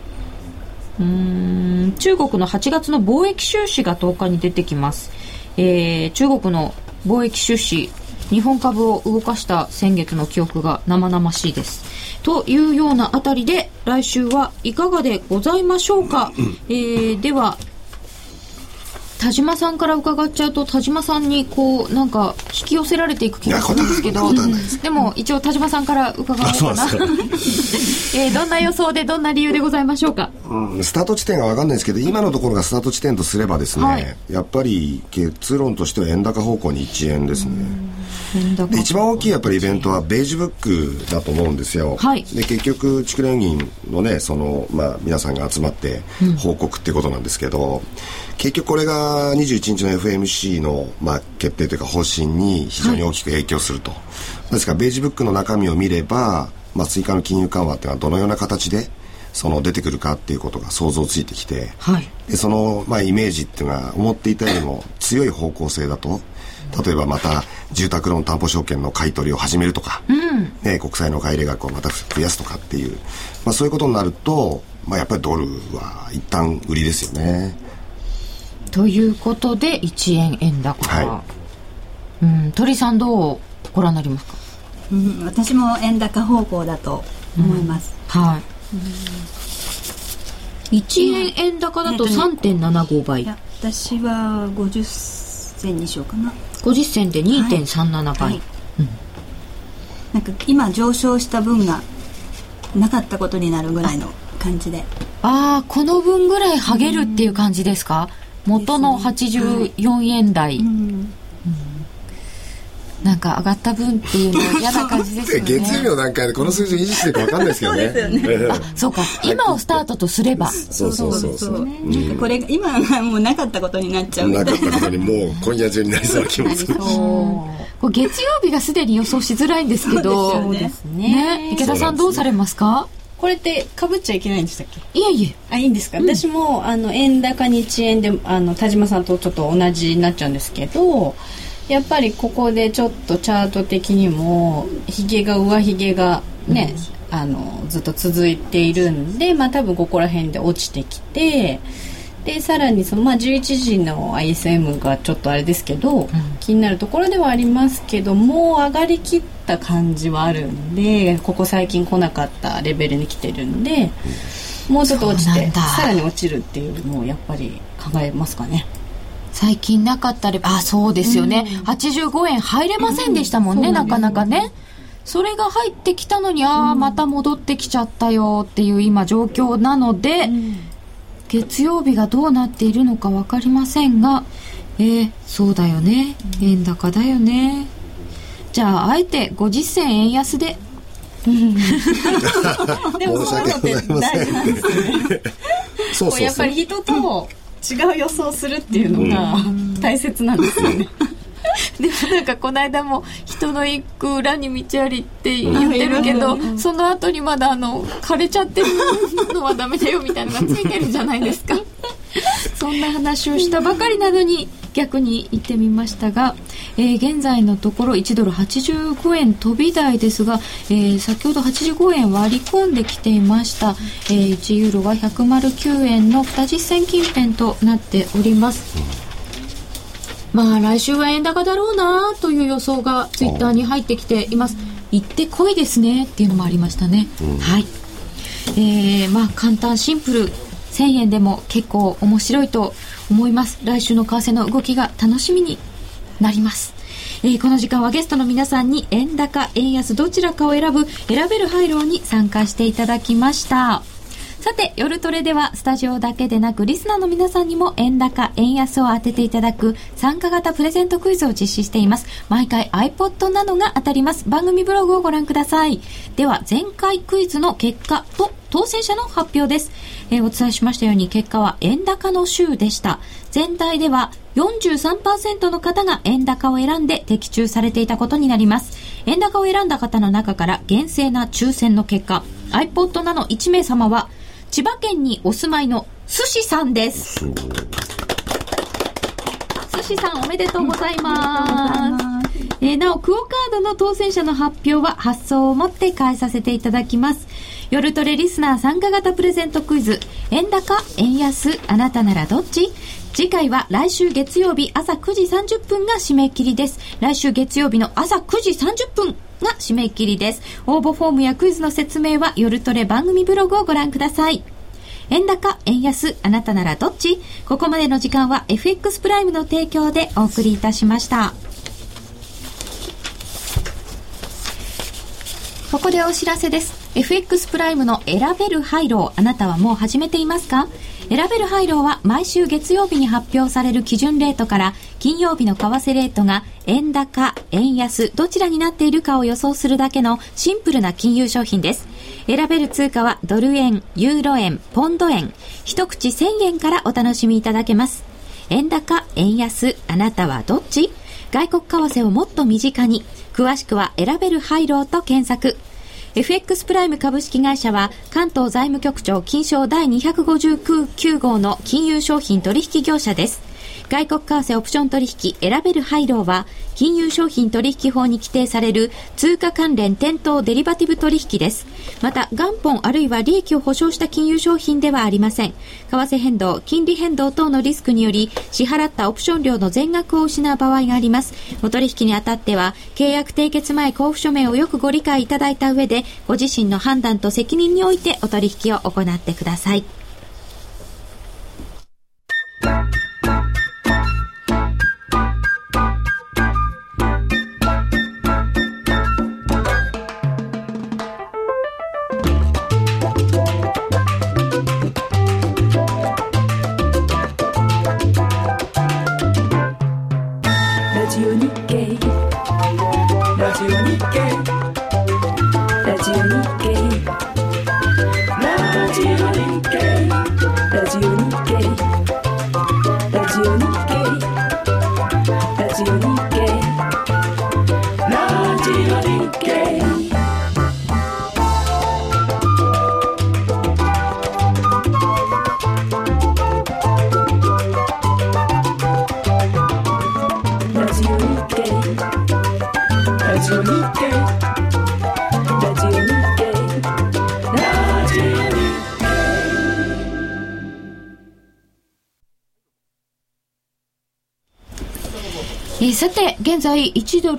中国の8月の貿易収支が10日に出てきます。中国の貿易収支、日本株を動かした先月の記憶が生々しいです。というようなあたりで来週はいかがでございましょうか。では田島さんから伺っちゃうと、田島さんにこうなんか引き寄せられていく気がするんですけど、でも一応田島さんから伺おうかな。どんな予想でどんな理由でございましょうか。 スタート地点が分かんないですけど、今のところがスタート地点とすればですね、はい、やっぱり結論としては円高方向に1円ですね。で一番大きいやっぱりイベントはベージュブックだと思うんですよ、はい、で結局地区連銀のね皆さんが集まって報告っていうことなんですけど、結局これが21日の FMC の、決定というか方針に非常に大きく影響すると、はい、ですからベージュブックの中身を見れば、追加の金融緩和っていうのはどのような形で出てくるかっていうことが想像ついてきて、はい、でその、イメージっていうのが思っていたよりも強い方向性だと、例えばまた住宅ローン担保証券の買い取りを始めるとか、国債の買い入れ額をまた増やすとかっていう、そういうことになると、やっぱりドルは一旦売りですよね。 ということで1円円高、はい、鳥さんどうご覧になりますか。 私も円高方向だと思います、 はい、1円円高だと 3.75 倍、 私は50銭にしようかな。 50銭で 2.37 倍、はいはい、 なんか今上昇した分がなかったことになるぐらいの感じで、 この分ぐらい剥げるっていう感じですか。元の84円台、なんか上がった分っていうのは嫌な感じですよね。 月曜日の段階でこの数字を維持してるか分かんないですけどね。 そうですよね。 そうか、今をスタートとすれば。 そう、 これが今はもうなかったことになっちゃうみたいな。 なかったことにもう今夜中になりそうな気もする。 これ月曜日がすでに予想しづらいんですけど、 そうですね。 池田さんどうされますか。 これって被っちゃいけないんでしたっけ。 いえいえ、 いいんですか。私も円高日円で田島さんとちょっと同じになっちゃうんですけど、やっぱりここでちょっとチャート的にも上髭がね、 ずっと続いているんで、多分ここら辺で落ちてきて、でさらに11時の ISM がちょっとあれですけど、気になるところではありますけど、もう上がりきった感じはあるんで、ここ最近来なかったレベルに来てるんで、もうちょっと落ちてさらに落ちるっていうのをやっぱり考えますかね。 最近なかったそうですよね、85円入れませんでしたもんね、なかなかね。それが入ってきたのにまた戻ってきちゃったよっていう今状況なので、月曜日がどうなっているのか分かりませんが、そうだよね、円高だよね。じゃああえて50銭円安ででもそういうのって大事なんですよね。そうやっぱり人と違う予想するっていうのが大切なんですよね。 でもなんかこの間も人の行く裏に道ありって言ってるけど、その後にまだ枯れちゃってるのはダメだよみたいなのがついてるじゃないですか。そんな話をしたばかりなのに逆に言ってみましたが、現在のところ1ドル85円飛び台ですが、先ほど85円割り込んできていました。1ユーロは109円の20銭近辺となっております。来週は円高だろうなという予想がツイッターに入ってきています。行ってこいですねっていうのもありましたね。はい。簡単シンプル1000円でも結構面白いと思います。来週の為替の動きが楽しみになります。この時間はゲストの皆さんに円高円安どちらかを選べる配慮に参加していただきました。さて夜トレではスタジオだけでなくリスナーの皆さんにも円高円安を当てていただく参加型プレゼントクイズを実施しています。毎回 iPod などが当たります。番組ブログをご覧ください。では前回クイズの結果と当選者の発表です。お伝えしましたように結果は円高の週でした。全体では 43% の方が円高を選んで的中されていたことになります。円高を選んだ方の中から厳正な抽選の結果 iPod なの1名様は千葉県にお住まいの寿司さんです。寿司さんおめでとうございます。なおクオカードの当選者の発表は発送をもって返させていただきます。夜トレリスナー参加型プレゼントクイズ円高円安あなたならどっち。次回は来週月曜日朝9時30分が締め切りです。来週月曜日の朝9時30分が締め切りです。応募フォームやクイズの説明は夜トレ番組ブログをご覧ください。円高円安あなたならどっち。ここまでの時間は FX プライムの提供でお送りいたしました。ここでお知らせです。 FX プライムの選べる配慮、あなたはもう始めていますか？選べる配慮は毎週月曜日に発表される基準レートから金曜日の為替レートが円高円安どちらになっているかを予想するだけのシンプルな金融商品です。選べる通貨はドル円、ユーロ円、ポンド円、一口1000円からお楽しみいただけます。円高円安あなたはどっち？外国為替をもっと身近に。詳しくは選べる配慮と検索。FX プライム株式会社は関東財務局長金賞第259号の金融商品取引業者です。外国為替オプション取引選べる配慮は金融商品取引法に規定される通貨関連店頭デリバティブ取引です。また元本あるいは利益を保証した金融商品ではありません。為替変動金利変動等のリスクにより支払ったオプション料の全額を失う場合があります。お取引にあたっては契約締結前交付書面をよくご理解いただいた上でご自身の判断と責任においてお取引を行ってください。 ラジオ日経さて現在1ドル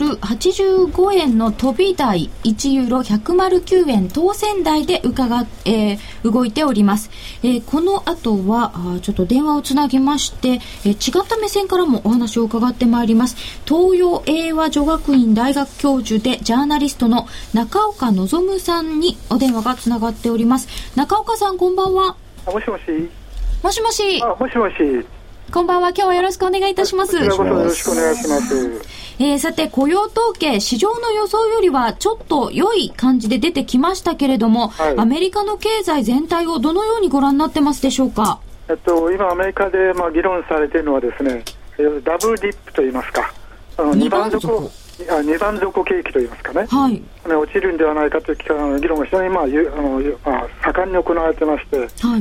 85円の飛び台、1ユーロ109円当選台で動いております。この後はちょっと電話をつなぎまして、違った目線からもお話を伺ってまいります。東洋英和女学院大学教授でジャーナリストの中岡望さんにお電話がつながっております。中岡さん、こんばんは。 もしもし。 もしもし。 もしもし。 こんばんは。今日はよろしくお願いいたします。 こちらこそよろしくお願いします。 さて、雇用統計、市場の予想よりはちょっと良い感じで出てきましたけれども、アメリカの経済全体をどのようにご覧になってますでしょうか。 今アメリカで議論されているのはですね、ダブルディップといいますか、2番底景気といいますかね、はい、落ちるんではないかという議論が非常に盛んに行われてまして、はい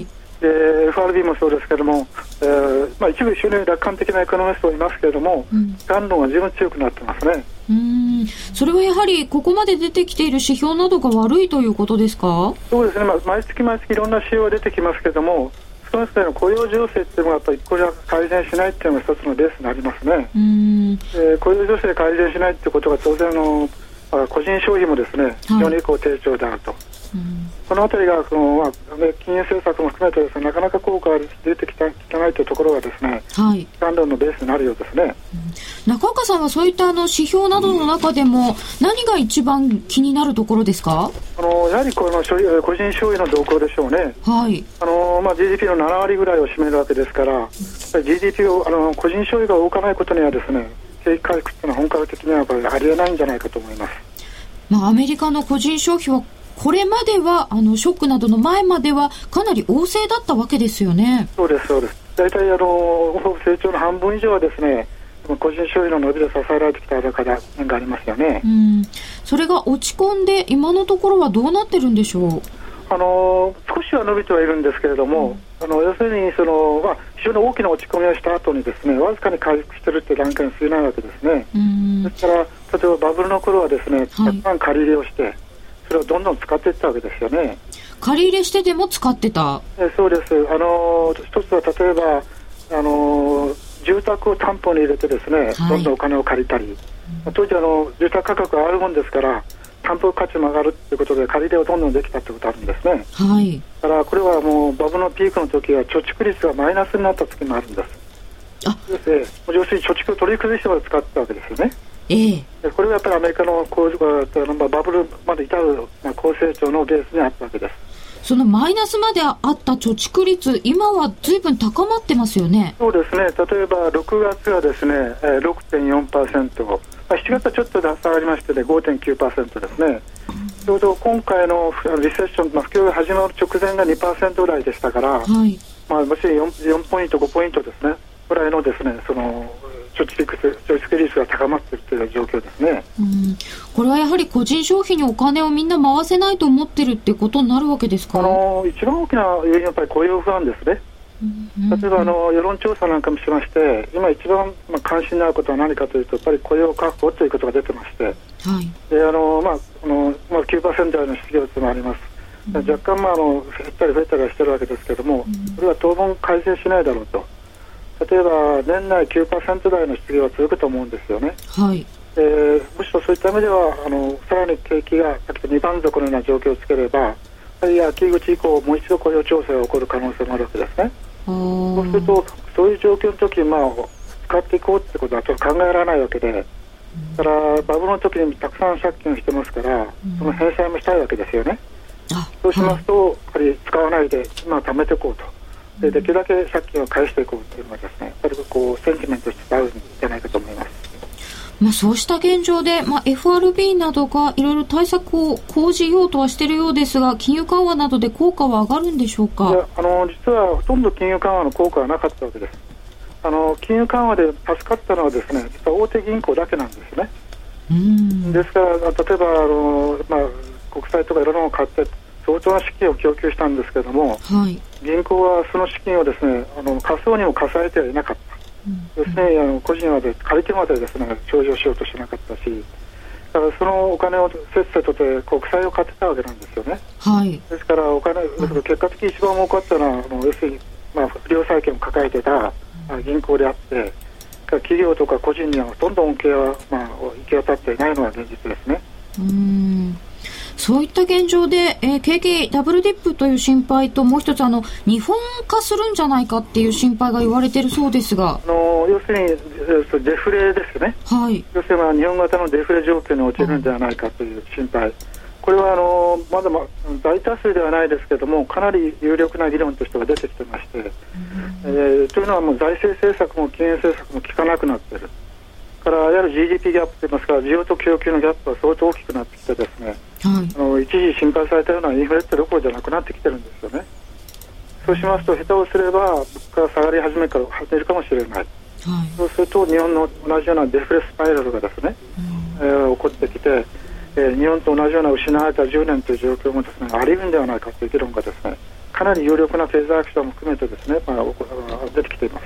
、FRB もそうですけれども、一部非常に楽観的なエコノミストもいますけれども、感論が十分強くなってますね。 それはやはりここまで出てきている指標などが悪いということですか。 そうですね、毎月毎月いろんな指標が出てきますけれども、少なくとも雇用情勢っていうのがやっぱり一個じゃ改善しないっていうのが一つのベースになりますね。雇用情勢改善しないっていうことが当然個人消費もですね、非常に低調であると。このあたりが金融政策も含めてですね、なかなか効果が出てきてないというところがですね、判断のベースになるようですね。 中岡さんはそういった指標などの中でも何が一番気になるところですか。 やはり個人消費の動向でしょうね。はい。GDP の7割ぐらいを占めるわけですから、GDP を個人消費が動かないことにはですね、景気回復というのは本格的にはやっぱりありえないんじゃないかと思います。 アメリカの個人消費はこれまではショックなどの前まではかなり旺盛だったわけですよね。 そうですそうです。大体成長の半分以上はですね、個人消費の伸びで支えられてきた面がありますよね。 それが落ち込んで今のところはどうなってるんでしょう。 少しは伸びてはいるんですけれども、要するに非常に大きな落ち込みをした後にですね、わずかに回復しているという段階に過ぎないわけですね。ですから例えばバブルの頃はですね、たくさん借り入れをして、それをどんどん使っていったわけですよね。 借り入れしてでも使ってた。 そうです。一つは例えば住宅を担保に入れてですね、どんどんお金を借りたり、当時住宅価格が上がるもんですから担保価値も上がるということで借り入れをどんどんできたということがあるんですね。はい。だからこれはもうバブルのピークの時は貯蓄率がマイナスになった時もあるんです。要するに貯蓄を取り崩してまで使ったわけですよね。これがやっぱりアメリカのバブルまで至る高成長のベースにあったわけです。 そのマイナスまであった貯蓄率、今は随分高まってますよね。 そうですね。例えば6月はですね 6.4%、7月はちょっと下がりまして、ね、5.9% ですね。ちょうど今回のリセッション、不況が始まる直前が 2% ぐらいでしたから、もし 4ポイント5ポイントですねぐらいのですね、貯蓄率が高まっているという状況ですね。 これはやはり個人消費にお金をみんな回せないと思ってるってことになるわけですか。 一番大きな要因はやっぱり雇用不安ですね。例えば世論調査なんかもしまして、今一番関心のあることは何かというと、やっぱり雇用確保ということが出てまして、で9% 台の失業率もあります。若干減ったり増えたりはしてるわけですけれども、これは当分改善しないだろうと。例えば年内 9% 台の失業は続くと思うんですよね。はい。むしろそういった意味ではさらに景気が2番底のような状況をつければ、秋口以降もう一度雇用調整が起こる可能性もあるわけですね。そうするとそういう状況の時に使っていこうってことはちょっと考えられないわけで、だからバブルの時にたくさん借金をしてますから、その返済もしたいわけですよね。そうしますと、やっぱり使わないで今貯めていこうと。できるだけ借金を返していこうというのがですね、やっぱりセンチメントとしてあるんじゃないかと思います。 そうした現状で、FRB などがいろいろ対策を講じようとはしているようですが、金融緩和などで効果は上がるんでしょうか。 実はほとんど金融緩和の効果はなかったわけです。金融緩和で助かったのはですね、実は大手銀行だけなんですね。ですから例えば国債とかいろんなのを買って相当な資金を供給したんですけれども、銀行はその資金をですね仮想にも貸されてはいなかった、ですね、個人まで借りてまでですね帳上しようとしなかったし、だからそのお金をせっせとで国債を買ってたわけなんですよね。ですから結果的に一番儲かったのは要するに不良債権を抱えてた銀行であって、 企業とか個人にはほとんど恩恵は、行き渡っていないのが現実ですね。 そういった現状で、景気ダブルディップという心配と、もう一つ日本化するんじゃないかっていう心配が言われているそうですが、 要するにデフレですね、 はい、 要するに日本型のデフレ状況に陥るんではないかという心配、これはまだ大多数ではないですけども、かなり有力な議論としては出てきてまして、というのはもう財政政策も金融政策も効かなくなっているからいわゆる GDP ギャップといいますか、需要と供給のギャップは相当大きくなってきてですね、はい、一時心配されたようなインフレってどころじゃなくなってきてるんですよね。そうしますと下手をすれば物価が下がり始めるかもしれない、はい、そうすると日本の同じようなデフレスパイラルがですね、起こってきて、日本と同じような失われた10年という状況もですね、あり得るんではないかという議論がですね、かなり有力な経済学者も含めてですね、出てきています。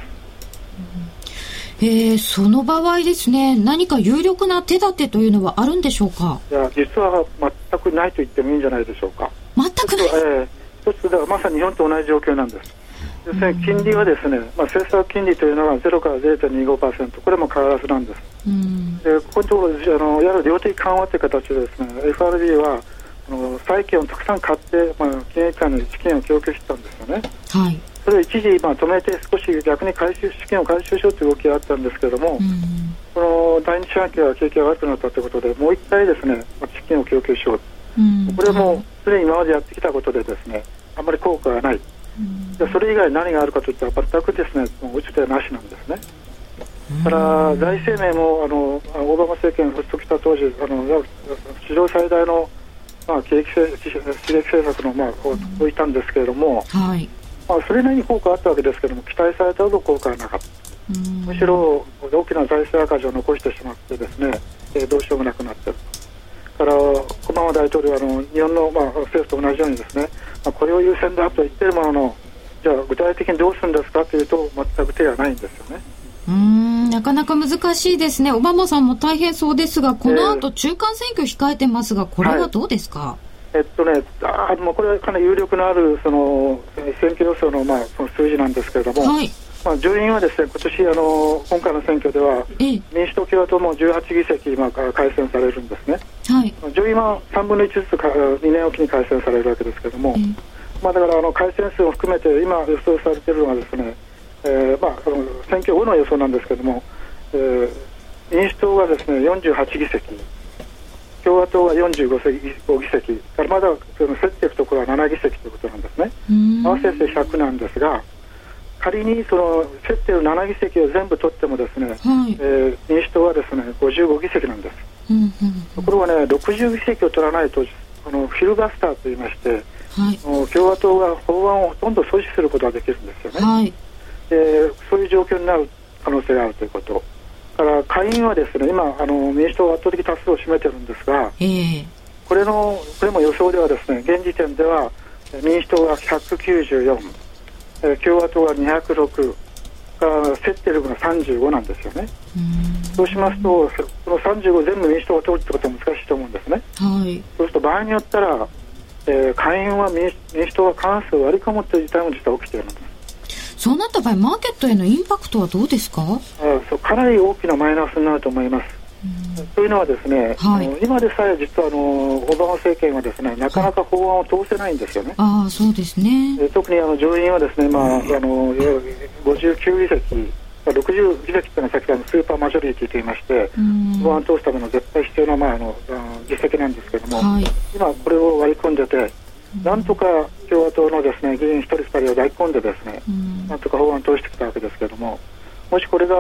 その場合ですね、何か有力な手立てというのはあるんでしょうか。 いや、実は全くないと言ってもいいんじゃないでしょうか。 全くない。 一つではまさに日本と同じ状況なんです。要するに金利はですね、政策金利というのは0から 0.25%、これも変わらずなんです。でここのところいわゆる量的緩和という形でですね、 FRB は債券をたくさん買って、金融機関に資金を供給してたんですよね。はい、それを一時止めて少し逆に資金を回収しようという動きがあったんですけれども、この第二四半期は景気が悪くなったということで、もう一回ですね、資金を供給しよう、これもすでに今までやってきたことでですね、あまり効果がない、それ以外何があるかといったら全くですね、もう打つ手はなしなんですね。だから財政面もオバマ政権が発足した当時史上最大の、刺激政策の、を置いたんですけれども、はい、それなりに効果があったわけですけれども、期待されたほど効果はなかった。むしろ大きな財政赤字を残してしまってですね、どうしようもなくなっている。からオバマ大統領は日本の、政府と同じようにですね、これを優先だと言っているものの、じゃあ具体的にどうするんですかというと全く手がないんですよね。なかなか難しいですね。 オバマさんも大変そうですが、この後中間選挙控えてますが、これはどうですか。 これはかなり有力のある選挙予想の、その数字なんですけれども、はい、上院はですね、今年今回の選挙では民主党共和党も18議席改選されるんですね。はい、上院は3分の1ずつ2年おきに改選されるわけですけれども、だから改選数を含めて今予想されているのはですね、選挙後の予想なんですけれども、民主党がですね48議席、共和党が45議席からまだ競っていくところは7議席ということなんですね。合わせて100なんですが、仮に競っている7議席を全部取ってもですね、民主党はですね55議席なんです。ところがね、60議席を取らないとフィルバスターといいまして、共和党が法案をほとんど阻止することができるんですよね。そういう状況になる可能性があるということから下院はですね、今民主党は圧倒的多数を占めているんですが、これも予想ではですね、現時点では民主党が194、共和党が206が競っている分が35なんですよね。そうしますとこの35全部民主党が通るってことは難しいと思うんですね。そうすると場合によったら、下院は民主党が過半数を割り込むという事態も実は起きているんです。 そうなった場合、マーケットへのインパクトはどうですか。 かなり大きなマイナスになると思います。というのはですね、今でさえ実はオバマ政権はですね、なかなか法案を通せないんですよね。 そうですね。 特に上院はですね、59議席、60議席というのは先ほどスーパーマジョリティといいまして、法案を通すための絶対必要な、議席なんですけれども、今これを割り込んでて、なんとか共和党のですね議員1人2人を抱き込んでですね、なんとか法案を通してきたわけですけれども、もしこれが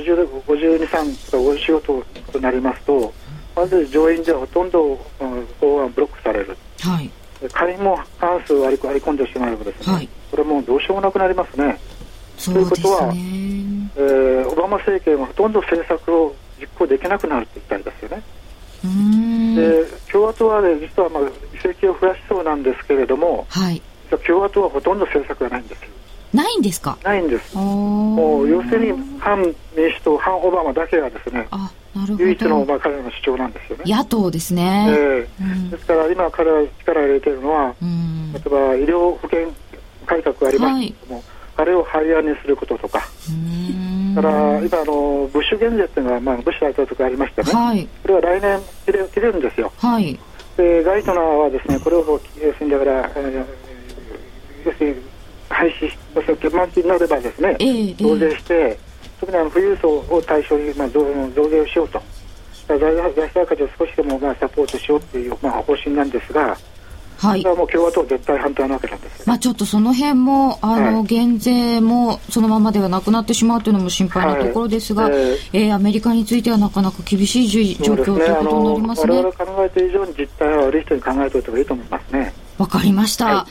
52、3とか55となりますと、まず上院ではほとんど法案ブロックされる。下院も過半数割り込んでしまえばですね、これはもうどうしようもなくなりますね。ということは、オバマ政権はほとんど政策を実行できなくなるといったりですよね。で共和党は、実は議席を増やしそうなんですけれども、共和党はほとんど政策がないんですよ。 ないんですか。 ないんです。もう要するに反民主党、反オバマだけがですね、唯一の彼らの主張なんですよね。 野党ですね。 ですから今彼らが力を入れているのは、例えば医療保険改革がありますけれども、あれを廃案にすることとか、 だから今ブッシュ減税っていうのは、ブッシュ大統領とかありましたね、 はい、 これは来年切れるんですよ、 はい、 でガイドナーはですねこれを要するにだから、要するに廃止満期になればですね、増税して、特に富裕層を対象に、増税をしようと、財政赤字を少しでもサポートしようという、方針なんですが、はい、それはもう共和党絶対反対なわけなんですよ、 ちょっとその辺も減税もそのままではなくなってしまうというのも心配なところですが、アメリカについてはなかなか厳しい状況ということになりますね。 我々考えている以上に実態は悪い人に考えておいた方がいいと思いますね。 わかりました、はい、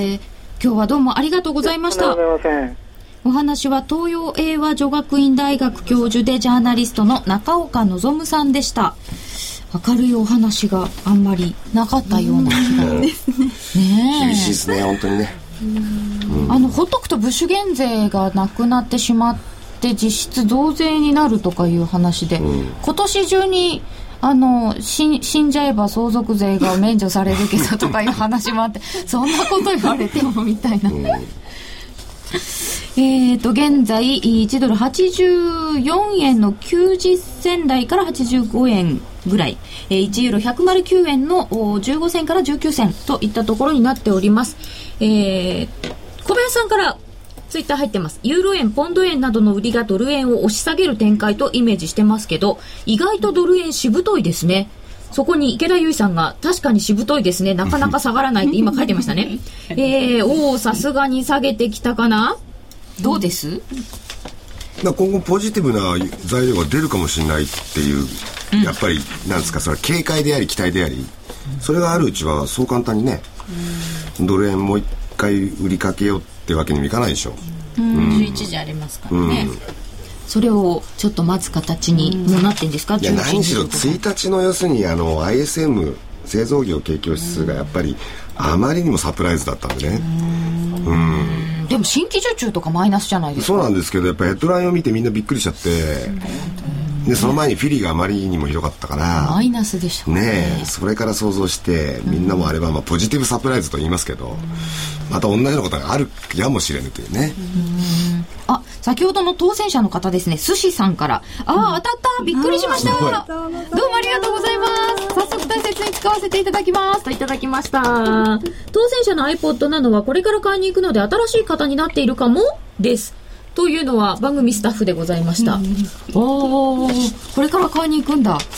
今日はどうもありがとうございました。お話は東洋英和女学院大学教授でジャーナリストの中岡望さんでした。明るいお話があんまりなかったような気がですね。 厳しいですね本当にね。 ほっとくとブッシュ減税がなくなってしまって実質増税になるとかいう話で、今年中に死んじゃえば相続税が免除されるけどとかいう話もあってそんなこと言われてもみたいな、現在1ドル84円の90銭台から85円ぐらい、1ユーロ109円の15銭から19銭といったところになっております。小林さんからツイッター入ってます。ユーロ円、ポンド円などの売りがドル円を押し下げる展開とイメージしてますけど、意外とドル円しぶといですね。そこに池田優さんが確かにしぶといですね、なかなか下がらないって今書いてましたね。さすがに下げてきたかな。どうです？ 今後ポジティブな材料が出るかもしれないっていう、やっぱりなんですか、それは警戒であり期待であり、それがあるうちはそう簡単にね、ドル円もう一回売りかけようってわけにもいかないでしょ。 11時ありますからね、 それをちょっと待つ形にもなってんですか。 いや何しろ1日の要するにISM 製造業景況指数がやっぱりあまりにもサプライズだったんでね。 でも新規受注とかマイナスじゃないですか。 そうなんですけど、やっぱりヘッドラインを見てみんなびっくりしちゃって、でその前にフィリがあまりにもひどかったからマイナスでしたね。 それから想像してみんなもあれば、ポジティブサプライズと言いますけど、また同じようなことがあるやもしれぬというね。 先ほどの当選者の方ですね、寿司さんから当たったびっくりしました。どうもありがとうございます。早速大切に使わせていただきますといただきました。当選者の iPod などはこれから買いに行くので新しい型になっているかもですというのは番組スタッフでございました。これから買いに行くんだ。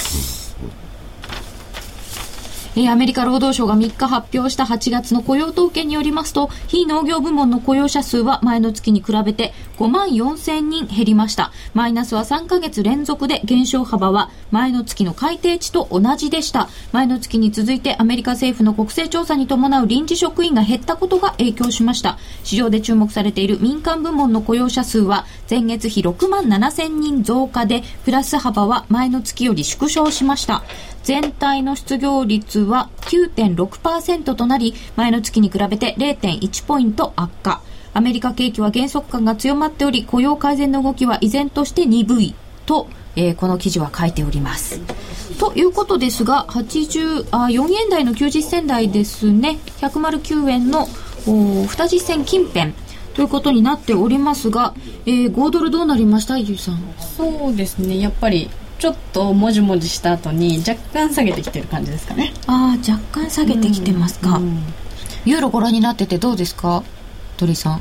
アメリカ労働省が3日発表した8月の雇用統計によりますと、非農業部門の雇用者数は前の月に比べて5万4000人減りました。マイナスは3ヶ月連続で、減少幅は前の月の改定値と同じでした。前の月に続いてアメリカ政府の国勢調査に伴う臨時職員が減ったことが影響しました。市場で注目されている民間部門の雇用者数は前月比6万7000人増加で、プラス幅は前の月より縮小しました。全体の失業率は 9.6% となり、前の月に比べて 0.1 ポイント悪化。アメリカ景気は減速感が強まっており、雇用改善の動きは依然として鈍いと、この記事は書いております。ということですが、4円台の90銭台ですね。109円の20銭近辺ということになっておりますが、5ドルどうなりました？ゆうさん。 そうですね、やっぱりちょっともじもじした後に若干下げてきてる感じですかね。 若干下げてきてますか。ユーロご覧になっててどうですか、鳥さん。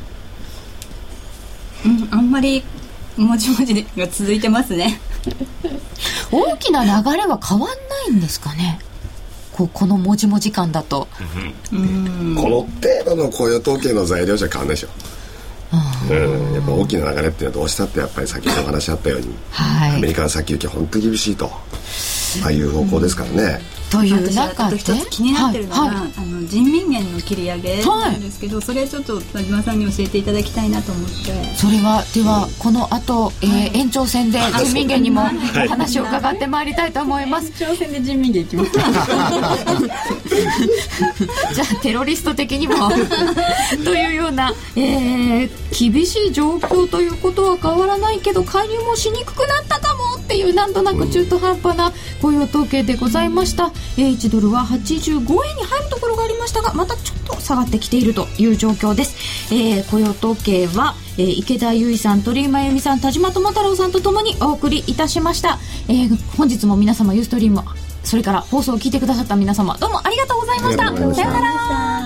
あんまりもじもじが続いてますね。 大きな流れは変わんないんですかね、このもじもじ感だと。 この程度の雇用統計の材料じゃ変わんないでしょ。やっぱ大きな流れっていうのはどうしたってやっぱり先ほどお話あったように、アメリカの先行きは本当に厳しいと、いう方向ですからね。 という中で一つ気になってるのが、人民元の切り上げなんですけど、それちょっと田島さんに教えていただきたいなと思って。 それはではこの後、延長戦で人民元にもお話を伺ってまいりたいと思います。 延長戦で人民元いきます。 じゃあテロリスト的にもというような、厳しい状況ということは変わらないけど、介入もしにくくなったかもっていう、なんとなく中途半端な雇用統計でございました。 1ドルは85円に入るところがありましたが、またちょっと下がってきているという状況です。雇用統計は、池田優衣さん、鳥居真由美さん、田島智太郎さんとともにお送りいたしました。本日も皆様ユーストリーム、それから放送を聞いてくださった皆様、どうもありがとうございました。さようなら。